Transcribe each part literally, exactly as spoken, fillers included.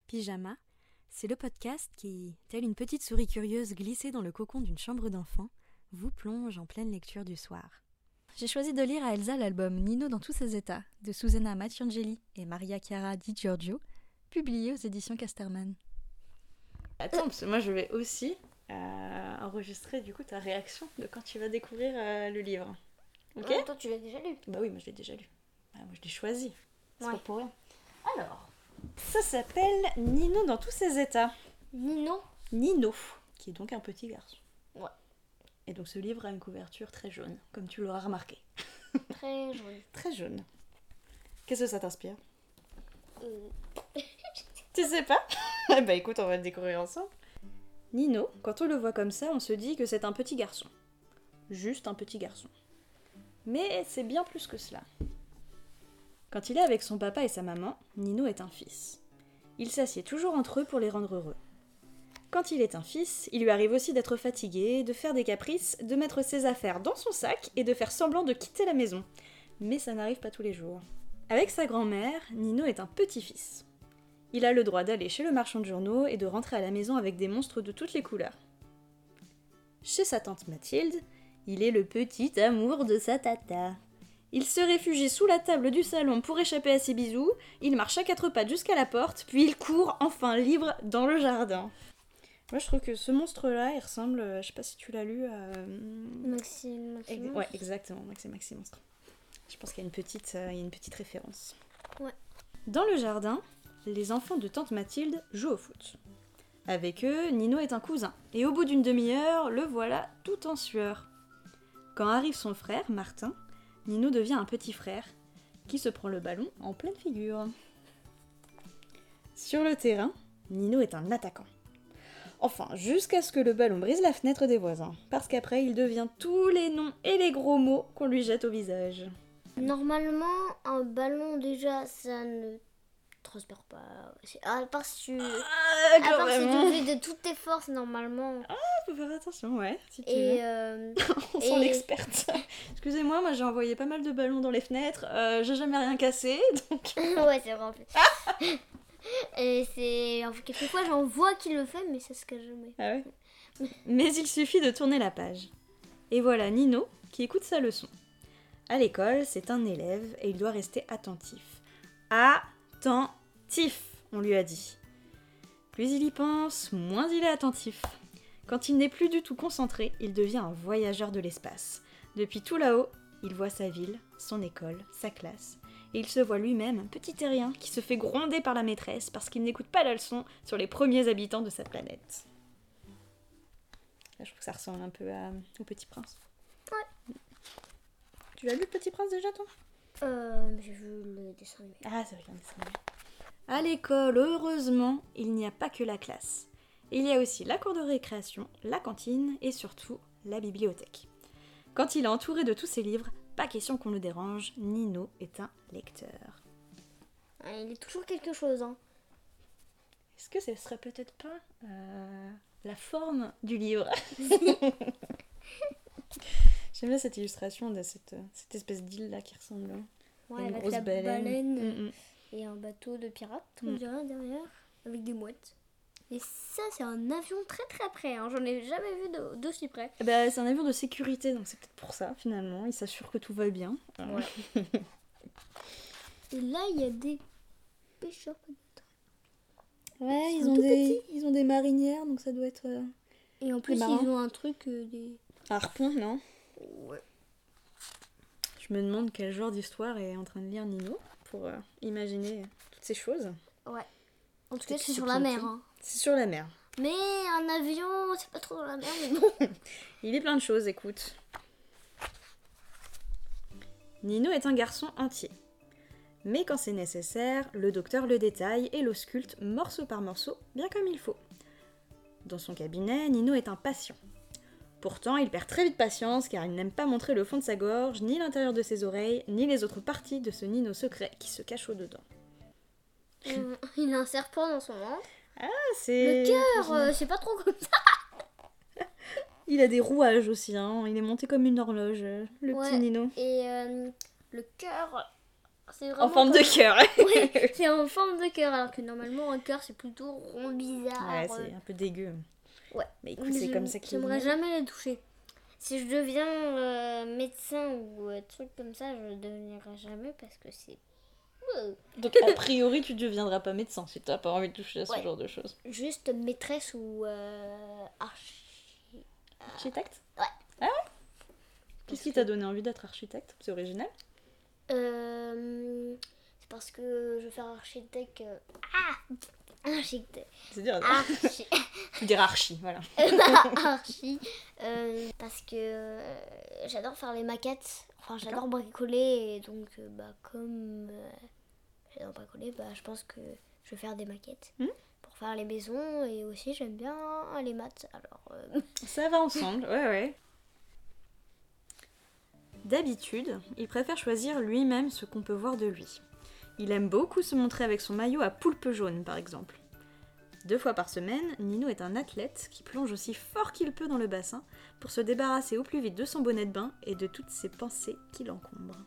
Pyjama, c'est le podcast qui, telle une petite souris curieuse glissée dans le cocon d'une chambre d'enfant, vous plonge en pleine lecture du soir. J'ai choisi de lire à Elsa l'album Nino dans tous ses états, de Susanna Matriangeli et Maria Chiara Di Giorgio, publié aux éditions Casterman. Attends, parce que moi je vais aussi euh, enregistrer du coup ta réaction de quand tu vas découvrir euh, le livre. Ok ? Ouais, toi tu l'as déjà lu. Bah oui, moi je l'ai déjà lu. Ah, moi je l'ai choisi. C'est Ouais. pas pour rien. Alors, ça s'appelle Nino dans tous ses états. Nino. Nino, qui est donc un petit garçon. Ouais. Et donc ce livre a une couverture très jaune, comme tu l'auras remarqué. Très joli. Très jaune. Qu'est-ce que ça t'inspire ? Euh, Tu sais pas ? Eh bah écoute, on va le découvrir ensemble. Nino, quand on le voit comme ça, on se dit que c'est un petit garçon. Juste un petit garçon. Mais c'est bien plus que cela. Quand il est avec son papa et sa maman, Nino est un fils. Il s'assied toujours entre eux pour les rendre heureux. Quand il est un fils, il lui arrive aussi d'être fatigué, de faire des caprices, de mettre ses affaires dans son sac et de faire semblant de quitter la maison. Mais ça n'arrive pas tous les jours. Avec sa grand-mère, Nino est un petit-fils. Il a le droit d'aller chez le marchand de journaux et de rentrer à la maison avec des monstres de toutes les couleurs. Chez sa tante Mathilde, il est le petit amour de sa tata. Il se réfugie sous la table du salon pour échapper à ses bisous, il marche à quatre pattes jusqu'à la porte, puis il court enfin libre dans le jardin. Moi je trouve que ce monstre-là, il ressemble, euh, je sais pas si tu l'as lu, à... euh, Maxime. Ex- Maxime. ouais, exactement, Maxime Maxi Monstre. Je pense qu'il y a une petite, euh, il y a une petite référence. Ouais. Dans le jardin, les enfants de tante Mathilde jouent au foot. Avec eux, Nino est un cousin, et au bout d'une demi-heure, le voilà tout en sueur. Quand arrive son frère, Martin, Nino devient un petit frère, qui se prend le ballon en pleine figure. Sur le terrain, Nino est un attaquant. Enfin, jusqu'à ce que le ballon brise la fenêtre des voisins, parce qu'après il devient tous les noms et les gros mots qu'on lui jette au visage. Normalement, un ballon déjà, ça ne transpire pas. C'est- À part si tu. Ah, À part si vraiment. tu fais de toutes tes forces, normalement. Faut faire attention, ouais. Si tu Et. veux. euh, On et- sent l'experte. Excusez-moi, moi j'ai envoyé pas mal de ballons dans les fenêtres, euh, j'ai jamais rien cassé, donc... ouais, c'est vrai en plus. Et c'est. Enfin, quelquefois, j'en vois qui le fait, mais ça se cache jamais. Ah ouais. Mais il suffit de tourner la page. Et voilà Nino qui écoute sa leçon. À l'école, c'est un élève et il doit rester attentif. Attentif, on lui a dit. Plus il y pense, moins il est attentif. Quand il n'est plus du tout concentré, il devient un voyageur de l'espace. Depuis tout là-haut, il voit sa ville, son école, sa classe. Et il se voit lui-même un petit terrien qui se fait gronder par la maîtresse parce qu'il n'écoute pas la leçon sur les premiers habitants de sa planète. Là, je trouve que ça ressemble un peu à... au Petit Prince. Ouais. Tu l'as lu, le Petit Prince, déjà, toi ? Euh, j'ai vu le dessin animé. Ah, c'est vrai, un dessin animé. À l'école, heureusement, il n'y a pas que la classe. Il y a aussi la cour de récréation, la cantine et surtout la bibliothèque. Quand il est entouré de tous ses livres, pas question qu'on le dérange, Nino est un lecteur. Ah, il est toujours quelque chose, hein. Est-ce que ce serait peut-être pas euh, la forme du livre ? J'aime bien cette illustration de cette, cette espèce d'île là qui ressemble à Ouais, une avec grosse la baleine. baleine, Mm, mm. et un bateau de pirates, on Mm. dirait, derrière, avec des mouettes. Et ça, c'est un avion très très près, hein. J'en ai jamais vu de- d'aussi près. Eh ben, c'est un avion de sécurité, donc c'est peut-être pour ça finalement. Il s'assure que tout va bien. Ouais. Et là, il y a des pêcheurs peut-être. Ouais, Ils ils sont ont, tout des, ils ont des marinières, donc ça doit être euh, Et en plus, ils marins. ont un truc, euh, des... un harpon, non ? Ouais. Je me demande quel genre d'histoire est en train de lire Nino pour euh, imaginer toutes ces choses. Ouais. En tout cas, Et c'est puis sur se la piloter. mer, hein. C'est sur la mer. Mais un avion, c'est pas trop dans la mer, mais bon. Il est plein de choses, écoute. Nino est un garçon entier. Mais quand c'est nécessaire, le docteur le détaille et l'ausculte morceau par morceau, bien comme il faut. Dans son cabinet, Nino est un patient. Pourtant, il perd très vite patience car il n'aime pas montrer le fond de sa gorge, ni l'intérieur de ses oreilles, ni les autres parties de ce Nino secret qui se cache au-dedans. Euh, il a un serpent dans son ventre. Ah, c'est... Le cœur, euh, c'est pas trop comme ça. Il a des rouages aussi, hein. Il est monté comme une horloge, euh, le Ouais. petit Nino. Et euh, le cœur, c'est vraiment En forme comme- de cœur. Ouais, c'est en forme de cœur, alors que normalement un cœur c'est plutôt rond bizarre. Ouais, c'est un peu dégueu. Ouais. Mais écoute, Mais c'est je- comme ça qu'il J'aimerais est. jamais les toucher. Si je deviens euh, médecin ou euh, truc comme ça, je ne deviendrai jamais parce que c'est euh, Donc, a priori, tu ne deviendras pas médecin si tu n'as pas envie de toucher à ce Ouais. genre de choses. juste maîtresse ou euh, archi. Architecte? Ouais. Ah ouais? Qu'est-ce qui t'a donné envie d'être architecte? C'est original? Euh, c'est parce que je veux faire architecte. euh, Ah Architecte. C'est dire Archi. tu dirais archi, voilà. Archi. euh, parce que euh, j'adore faire les maquettes. Enfin, j'adore bricoler. Et donc, euh, bah, comme euh, j'adore bricoler, bah, je pense que je vais faire des maquettes. Hmm. Pour faire les maisons. Et aussi, j'aime bien les maths. Alors. euh, Ça va ensemble, ouais, ouais. D'habitude, il préfère choisir lui-même ce qu'on peut voir de lui. Il aime beaucoup se montrer avec son maillot à poulpe jaune, par exemple. Deux fois par semaine, Nino est un athlète qui plonge aussi fort qu'il peut dans le bassin pour se débarrasser au plus vite de son bonnet de bain et de toutes ses pensées qui l'encombrent.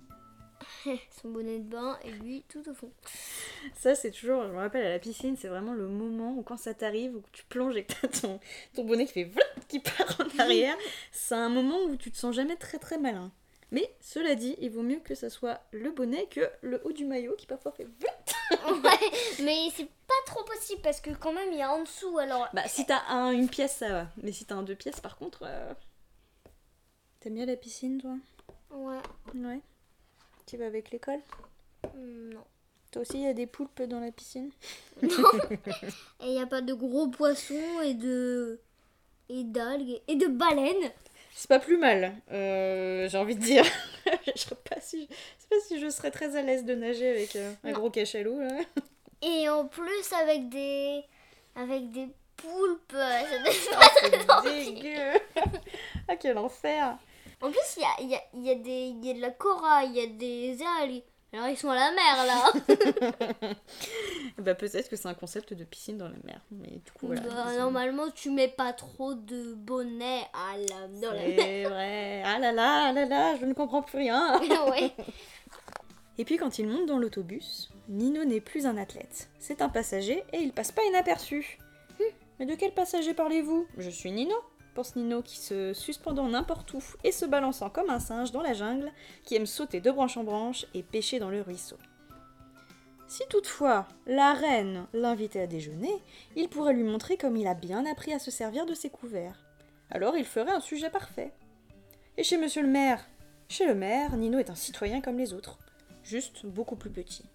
son bonnet de bain et lui tout au fond. Ça, c'est toujours, je me rappelle, à la piscine, c'est vraiment le moment où quand ça t'arrive, où tu plonges et que t'as ton, ton bonnet qui fait vlout, qui part en arrière, c'est un moment où tu te sens jamais très très malin. Mais cela dit, il vaut mieux que ça soit le bonnet que le haut du maillot qui parfois fait vlout. Ouais, mais c'est pas trop possible parce que quand même il y a en dessous alors. Bah, si t'as un, une pièce, ça va. Mais si t'as un deux pièces, par contre. Euh... T'aimes bien la piscine, toi? Ouais. Ouais. Tu vas avec l'école? Non. Toi aussi, il y a des poulpes dans la piscine? Et il n'y a pas de gros poissons et de. et d'algues et de baleines. C'est pas plus mal, euh, j'ai envie de dire. Je sais pas si je sais pas si je serais très à l'aise de nager avec euh, un Non. gros cachalot là. Et en plus avec des. avec des poulpes. ça doit être Oh, pas c'est drôle. dégueu. Ah, quel enfer. En plus, il y a, il y, a, il y, a des- il y a de la corail, il y a des algues. Alors ils sont à la mer là. Bah peut-être que c'est un concept de piscine dans la mer, mais du coup voilà. Bah, c'est- normalement, tu mets pas trop de bonnet à la, dans la mer. C'est vrai. Ah là là, ah là là, je ne comprends plus rien. Ouais. Et puis quand il monte dans l'autobus, Nino n'est plus un athlète. C'est un passager et il passe pas inaperçu. Mais de quel passager parlez-vous? Je suis Nino, pense Nino qui se suspendant n'importe où et se balançant comme un singe dans la jungle, qui aime sauter de branche en branche et pêcher dans le ruisseau. Si toutefois la reine l'invitait à déjeuner, il pourrait lui montrer comme il a bien appris à se servir de ses couverts. Alors il ferait un sujet parfait. Et chez monsieur le maire? Chez le maire, Nino est un citoyen comme les autres, juste beaucoup plus petit.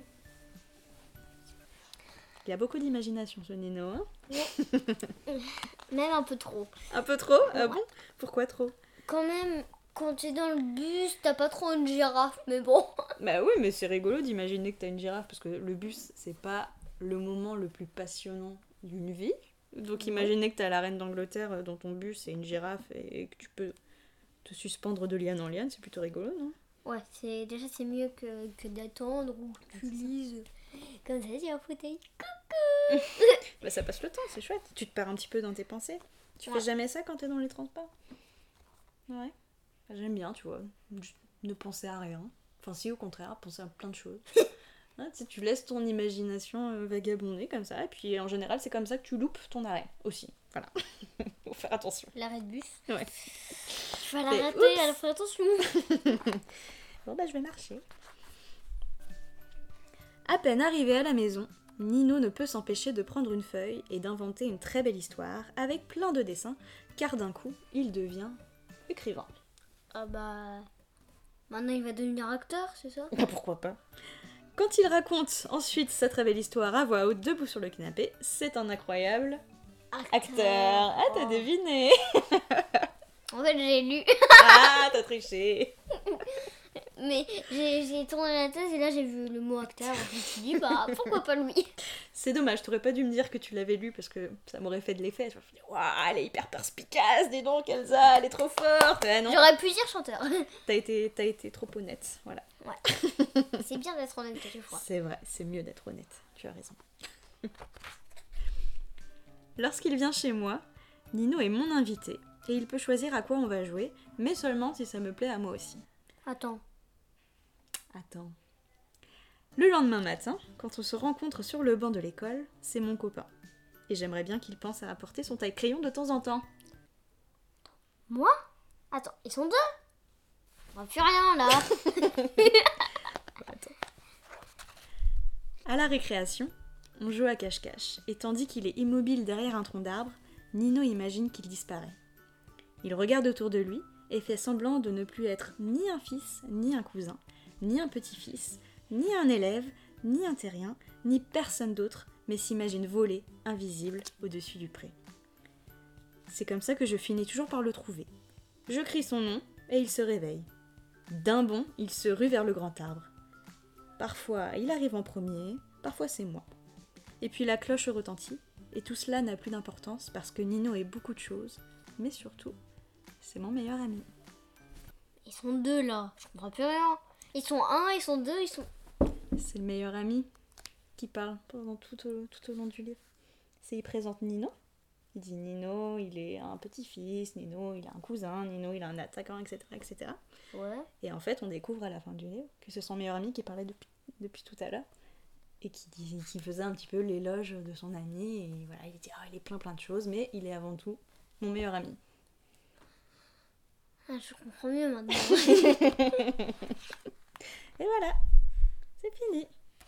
Il y a beaucoup d'imagination ce Nino, hein? Même un peu trop. Un peu trop? Ah bon? Pourquoi trop? Quand même, quand tu es dans le bus, t'as pas trop une girafe, mais bon. Bah oui, mais c'est rigolo d'imaginer que t'as une girafe, parce que le bus, c'est pas le moment le plus passionnant d'une vie. Donc imaginer que t'as la reine d'Angleterre dans ton bus et une girafe et que tu peux te suspendre de liane en liane, c'est plutôt rigolo, non? Ouais, c'est déjà c'est mieux que, que d'attendre ou que tu lises comme ça sur un fauteuil. Bah ça passe le temps, c'est chouette. Tu te perds un petit peu dans tes pensées. Tu Ouais. fais jamais ça quand t'es dans les transports? Ouais. Bah, j'aime bien, tu vois, juste ne penser à rien. Enfin si, au contraire, penser à plein de choses. Hein, tu sais, tu laisses ton imagination euh, vagabonder comme ça, et puis en général c'est comme ça que tu loupes ton arrêt aussi. Voilà. Faut faire attention. L'arrêt de bus. Ouais. Tu vas Mais l'arrêter, oups. alors fais attention. Bon bah je vais marcher. À peine arrivé à la maison, Nino ne peut s'empêcher de prendre une feuille et d'inventer une très belle histoire avec plein de dessins, car d'un coup, il devient écrivain. Ah bah. Maintenant il va devenir acteur, c'est ça? Bah pourquoi pas. Quand il raconte ensuite sa très belle histoire à voix haute debout sur le canapé, c'est un incroyable acteur. Ah, t'as Oh. deviné. En fait, j'ai lu. Ah, t'as triché. Mais j'ai j'ai tourné la tête et là j'ai vu le mot acteur. Je me suis dit, bah pourquoi pas lui? C'est dommage, t'aurais pas dû me dire que tu l'avais lu parce que ça m'aurait fait de l'effet. Je me suis dit, waouh, elle est hyper perspicace, dis donc Elsa, elle est trop forte. Ah non, J'aurais pu dire chanteur. t'as été, t'as été trop honnête, voilà. C'est bien d'être honnête quelquefois. C'est vrai, c'est mieux d'être honnête, tu as raison. Lorsqu'il vient chez moi, Nino est mon invité et il peut choisir à quoi on va jouer, mais seulement si ça me plaît à moi aussi. Attends. Attends, Le lendemain matin, quand on se rencontre sur le banc de l'école, c'est mon copain. Et j'aimerais bien qu'il pense à apporter son taille-crayon de temps en temps. Moi? Attends, ils sont deux? On voit plus rien là. Attends. À la récréation, on joue à cache-cache, et tandis qu'il est immobile derrière un tronc d'arbre, Nino imagine qu'il disparaît. Il regarde autour de lui et fait semblant de ne plus être ni un fils, ni un cousin, ni un petit-fils, ni un élève, ni un terrien, ni personne d'autre, mais s'imagine voler, invisible, au-dessus du pré. C'est comme ça que je finis toujours par le trouver. Je crie son nom et il se réveille. D'un bond, il se rue vers le grand arbre. Parfois, il arrive en premier, parfois c'est moi. Et puis la cloche retentit, et tout cela n'a plus d'importance parce que Nino est beaucoup de choses, mais surtout, c'est mon meilleur ami. Ils sont deux là, je comprends plus rien. Ils sont un, ils sont deux, ils sont... C'est le meilleur ami qui parle pendant tout au, tout au long du livre. C'est il présente Nino. Il dit Nino, il est un petit-fils, Nino, il a un cousin, Nino, il a un attaquant, et cetera, et cetera. Ouais. Et en fait, on découvre à la fin du livre que c'est son meilleur ami qui parlait depuis, depuis tout à l'heure et qui, qui faisait un petit peu l'éloge de son ami. Et voilà, il dit, oh, il est plein plein de choses, mais il est avant tout mon meilleur ami. Ah, je comprends mieux maintenant. Et voilà, c'est fini.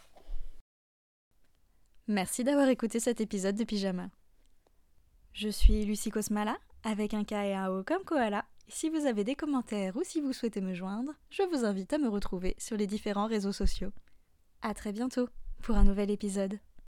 Merci d'avoir écouté cet épisode de Pyjama. Je suis Lucie Kosmala, avec un K et un O comme koala. Si vous avez des commentaires ou si vous souhaitez me joindre, je vous invite à me retrouver sur les différents réseaux sociaux. À très bientôt pour un nouvel épisode.